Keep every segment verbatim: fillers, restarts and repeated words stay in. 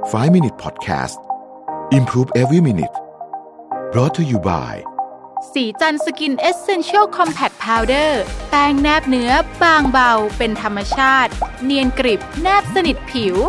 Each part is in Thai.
five minute podcast Improve every minute brought to you by สีจันทร์สกินเอสเซนเชียลคอมแพคพาวเดอร์แป้งแนบเนื้อบางเบาเป็นธรรมชาติเนียนกริบแนบสนิทผิว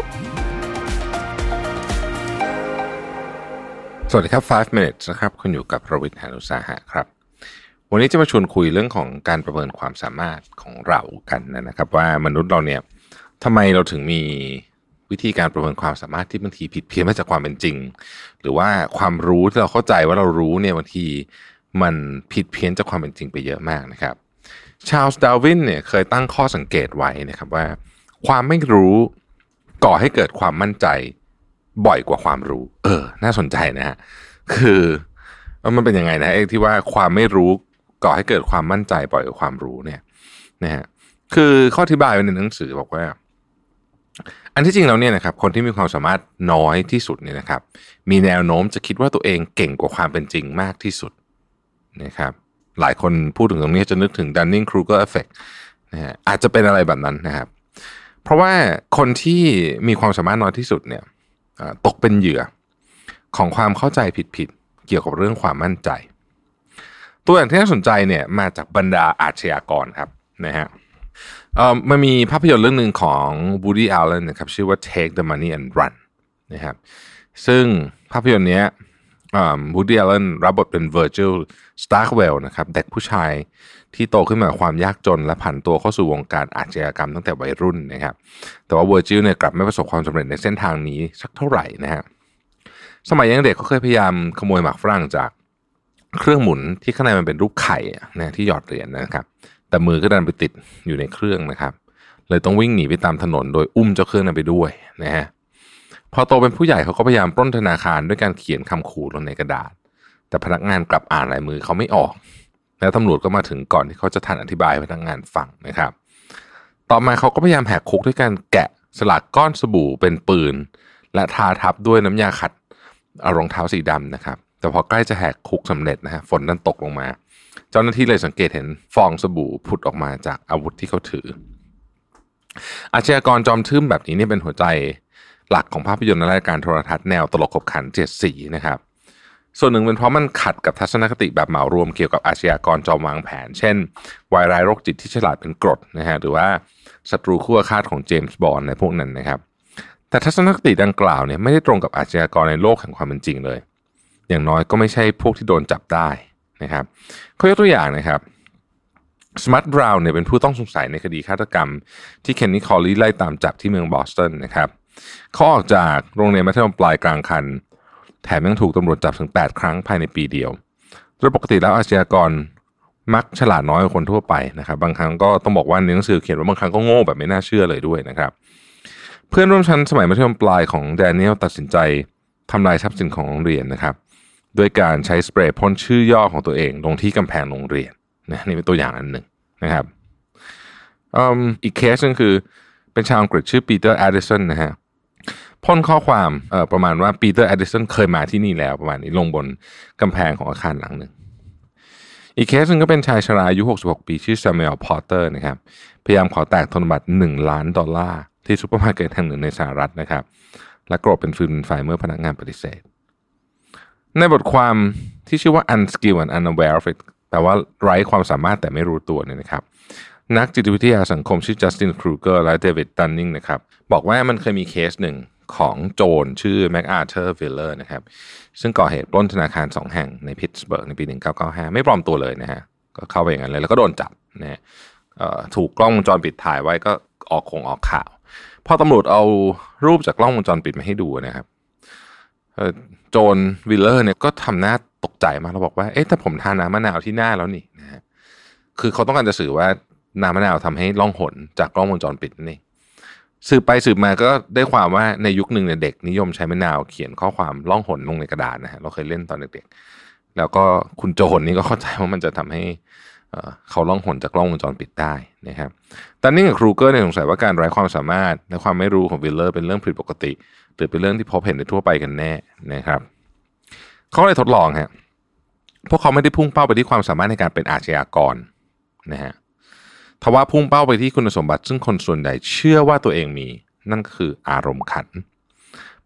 สวัสดีครับ five minutes นะครับคุณอยู่กับประวิทย์ หาญอุตสาหะครับวันนี้จะมาชวนคุยเรื่องของการประเมินความสามารถของเรากันนะครับว่ามนุษย์เราเนี่ยทำไมเราถึงมีวิธีการประเมินความสามารถที่บางทีผิดเพี้ยนไปจากความเป็นจริงหรือว่าความรู้ที่เราเข้าใจว่าเรารู้เนี่ยบางทีมันผิดเพี้ยนจากความเป็นจริงไปเยอะมากนะครับชาร์ลส์ ดาร์วินเนี่ยเคยตั้งข้อสังเกตไว้นะครับว่าความไม่รู้ก่อให้เกิดความมั่นใจบ่อยกว่าความรู้เออน่าสนใจนะฮะคือมันเป็นยังไงนะไอ้ที่ว่าความไม่รู้ก่อให้เกิดความมั่นใจบ่อยกว่าความรู้เนี่ยนะฮะคือข้ออธิบายไว้ในหนังสือบอกว่าอันที่จริงแล้วเนี่ยนะครับคนที่มีความสามารถน้อยที่สุดเนี่ยนะครับมีแนวโน้มจะคิดว่าตัวเองเก่งกว่าความเป็นจริงมากที่สุดนะครับหลายคนพูดถึงตรงนี้จะนึกถึง Dunning-Kruger effect นะฮะอาจจะเป็นอะไรแบบนั้นนะครับเพราะว่าคนที่มีความสามารถน้อยที่สุดเนี่ยตกเป็นเหยื่อของความเข้าใจผิดๆเกี่ยวกับเรื่องความมั่นใจตัวอย่างที่น่าสนใจเนี่ยมาจากบรรดาอาชญากรครับนะฮะเอ่อมันมีภาพยนตร์เรื่องนึงของ Woody Allen นะครับชื่อว่า Take the Money and Run นะครับซึ่งภาพยนตร์นี้เอ่อ Woody Allen รับบทเป็น Virgil Starkwell นะครับเด็กผู้ชายที่โตขึ้นมากับความยากจนและผันตัวเข้าสู่วงการอาชญากรรมตั้งแต่วัยรุ่นนะครับแต่ว่า Virgil เนี่ยกลับไม่ประสบความสำเร็จในเส้นทางนี้สักเท่าไหร่นะฮะสมัยยังเด็กเขาเคยพยายามขโมยหมากฝรั่งจากเครื่องหมุนที่ข้างในมันเป็นรูปไข่นะที่หยอดเหรียญ นะครับแต่มือก็ดันไปติดอยู่ในเครื่องนะครับเลยต้องวิ่งหนีไปตามถนนโดยอุ้มเจ้าเครื่องนั้นไปด้วยนะฮะพอโตเป็นผู้ใหญ่เขาก็พยายามปล้นธนาคารด้วยการเขียนคำขู่ลงในกระดาษแต่พนักงานกลับอ่านลายมือเขาไม่ออกแล้วตำรวจก็มาถึงก่อนที่เขาจะทันอธิบายให้พนักงานฟังนะครับต่อมาเขาก็พยายามแหกคุกด้วยการแกะสลักก้อนสบู่เป็นปืนและทาทับด้วยน้ำยาขัดรองเท้าสีดำนะครับแต่พอใกล้จะแหกคุกสำเร็จนะฮะฝนนั้นตกลงมาเจ้าหน้าที่เลยสังเกตเห็นฟองสบู่ผุดออกมาจากอาวุธที่เขาถืออาชญากรจอมทึ่มแบบนี้นี่เป็นหัวใจหลักของภาพยนตร์และรายการโทรทัศน์แนวตลกขบขันเจ็ดสีนะครับส่วนหนึ่งเป็นเพราะมันขัดกับทัศนคติแบบเหมารวมเกี่ยวกับอาชญากรจอมวางแผนเช่นวายร้ายโรคจิตที่ฉลาดเป็นกรดนะฮะหรือว่าศัตรูคู่อาฆาตของเจมส์บอนด์ในพวกนั้นนะครับแต่ทัศนคติดังกล่าวเนี่ยไม่ได้ตรงกับอาชญากรในโลกแห่งความเป็นจริงเลยอย่างน้อยก็ไม่ใช่พวกที่โดนจับได้นะครับเขายกตัวอย่างนะครับสมัตบราวน์เนี่ยเป็นผู้ต้องสงสัยในคดีฆาตกรรมที่เคนนี่คอลลีไล่ตามจับที่เมืองบอสตันนะครับเขาออกจากโรงเรียนมัธยมปลายกลางคันแถมยังถูกตำรวจจับถึงแปดครั้งภายในปีเดียวโดยปกติแล้วอาชญากรมักฉลาดน้อยกว่าคนทั่วไปนะครับบางครั้งก็ต้องบอกว่าในหนังสือเขียนว่าบางครั้งก็โง่แบบไม่น่าเชื่อเลยด้วยนะครับเพื่อนร่วมชั้นสมัยมัธยมปลายของแดเนียลตัดสินใจทำลายทรัพย์สินของโรงเรียนนะครับด้วยการใช้สเปรย์พ่นชื่อย่อของตัวเองลงที่กำแพงโรงเรียนนะนี่เป็นตัวอย่างอันหนึ่งนะครับอืมอีกเคสนึงคือเป็นชาวอังกฤษชื่อปีเตอร์แอดดิสันนะฮะพ่นข้อความเอ่อประมาณว่าปีเตอร์แอดดิสันเคยมาที่นี่แล้วประมาณนี้ลงบนกำแพงของอาคารหลังหนึ่งอีกเคสนึงก็เป็นชายชราอายุหกสิบหกปีชื่อซามูเอลพอตเตอร์นะครับพยายามขอแตกธนบัตรหนึ่งล้านดอลลาร์ที่ซุปเปอร์มาร์เก็ตแห่งหนึ่งในสหรัฐนะครับและโกรธเป็นฟืนเป็นไฟเมื่อพนักงานปฏิเสธในบทความที่ชื่อว่า unskilled and unaware of it แปลว่าไร้ความสามารถแต่ไม่รู้ตัวเนี่ยนะครับนักจิตวิทยาสังคมชื่อจัสตินครูเกอร์และเดวิดดันนิงนะครับบอกว่ามันเคยมีเคสหนึ่งของโจรชื่อแม็กอาร์เธอร์วิลเลอร์นะครับซึ่งก่อเหตุปล้นธนาคารสองแห่งในพิตต์สเบิร์กในปีหนึ่งพันเก้าร้อยเก้าสิบห้าไม่ปลอมตัวเลยนะฮะก็เข้าไปอย่างนั้นเลยแล้วก็โดนจับนะฮะถูกกล้องวงจรปิดถ่ายไว้ก็ออกคงออกข่าวพอตำรวจเอารูปจากกล้องวงจรปิดมาให้ดูนะครับโจนวิลเลอร์เนี่ยก็ทำหน้าตกใจมากแล้วบอกว่าเอ๊ะแต่ผมทาน้ำมะนาวที่หน้าแล้วนี่นะฮะคือเขาต้องการจะสื่อว่าน้ำมะนาวทำให้ล่องหนจากกล้องวงจรปิดนี่สืบไปสืบมาก็ได้ความว่าในยุคหนึ่งเนี่ยเด็กนิยมใช้มะนาวเขียนข้อความล่องหนลงในกระดาษนะฮะเราเคยเล่นตอนเด็กๆแล้วก็คุณโจนนี่ก็เข้าใจว่ามันจะทำให้เขาล่องหนจากกล้องวงจรปิดได้นะครับแต่นี่กับครูเกอร์เนี่ยสงสัยว่าการไร้ความสามารถและความไม่รู้ของวิลเลอร์เป็นเรื่องผิดปกติหรือเป็นเรื่องที่พบเห็นในทั่วไปกันแน่นะครับเขาเลยทดลองฮะพวกเขาไม่ได้พุ่งเป้าไปที่ความสามารถในการเป็นอาชญากรนะฮะทว่าพุ่งเป้าไปที่คุณสมบัติซึ่งคนส่วนใหญ่เชื่อว่าตัวเองมีนั่นก็คืออารมณ์ขัน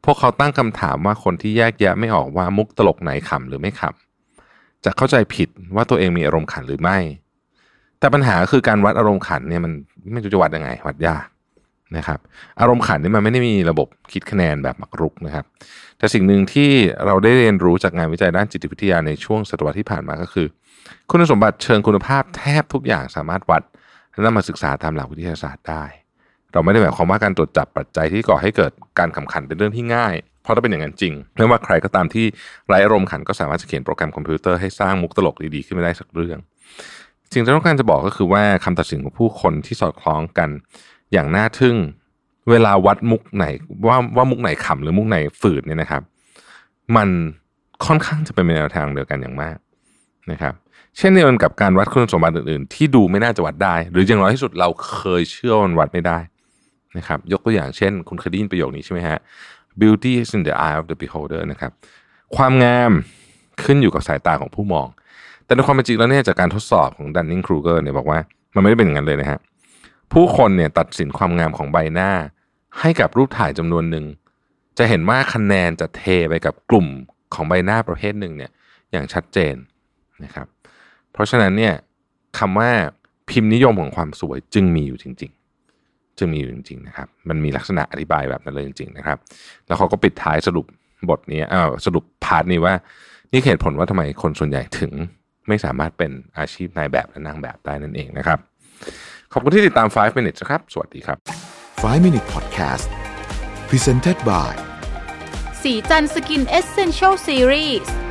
พวกเขาตั้งคำถามว่าคนที่แยกแยะไม่ออกว่ามุกตลกไหนขำหรือไม่ขำจะเข้าใจผิดว่าตัวเองมีอารมณ์ขันหรือไม่แต่ปัญหาคือการวัดอารมณ์ขันเนี่ยมันไม่รู้จะวัดยังไงวัดยากนะครับอารมณ์ขันนี่มันไม่ได้มีระบบคิดคะแนนแบบหมากรุกนะครับแต่สิ่งหนึ่งที่เราได้เรียนรู้จากงานวิจัยด้านจิตวิทยาในช่วงศตวรรษที่ผ่านมาก็คือคุณสมบัติเชิงคุณภาพแทบทุกอย่างสามารถวัดและนำมาศึกษาตามหลักวิทยาศาสตร์ได้เราไม่ได้หมายความว่าการตรวจจับปัจจัยที่ก่อให้เกิดการขำขันเป็นเรื่องที่ง่ายเพราะถ้าเป็นอย่างนั้นจริงไม่ว่าใครก็ตามที่ไร้อารมณ์ขันก็สามารถจะเขียนโปรแกรมคอมพิวเตอร์ให้สร้างมุกตลกดีๆขึ้นมาได้สักเรื่องสิ่งที่ต้องการจะบอกก็คือว่าคำตัดสินของผู้คนที่สอดคล้องกันอย่างน่าทึ่งเวลาวัดมุกไหนว่าว่ามุกไหนขำหรือมุกไหนฝืดเนี่ยนะครับมันค่อนข้างจะเป็นแนวทางเดียวกันอย่างมากนะครับเช่นเดียวกันกับการวัดคุณสมบัติอื่นๆที่ดูไม่น่าจะวัดได้หรืออย่างน้อยที่สุดเราเคยเชื่อว่ามันวัดไม่ได้นะครับยกตัวอย่างเช่นคุณเคยได้ยินประโยคนี้ใช่ไหมฮะ beauty is in the eye of the beholder นะครับความงามขึ้นอยู่กับสายตาของผู้มองแต่ในความเป็นจริงแล้วเนี่ยจากการทดสอบของดันนิงครูเกอร์เนี่ยบอกว่ามันไม่ได้เป็นอย่างนั้นเลยนะฮะผู้คนเนี่ยตัดสินความงามของใบหน้าให้กับรูปถ่ายจำนวนหนึ่งจะเห็นว่าคะแนนจะเทไปกับกลุ่มของใบหน้าประเภทหนึ่งเนี่ยอย่างชัดเจนนะครับเพราะฉะนั้นเนี่ยคำว่าพิมพ์นิยมของความสวยจึงมีอยู่จริงๆจึงมีอยู่จริงๆนะครับมันมีลักษณะอธิบายแบบนั้นเลยจริงๆนะครับแล้วเขาก็ปิดท้ายสรุปบทนี้อ้าวสรุปพาร์ทนี้ว่านี่เหตุผลว่าทำไมคนส่วนใหญ่ถึงไม่สามารถเป็นอาชีพนายแบบและนางแบบได้นั่นเองนะครับขอบคุณที่ติดตามไฟว์ minutes ครับสวัสดีครับไฟว์ minute podcast presented by สีจันทร์สกินเอสเซนเชียลซีรีส์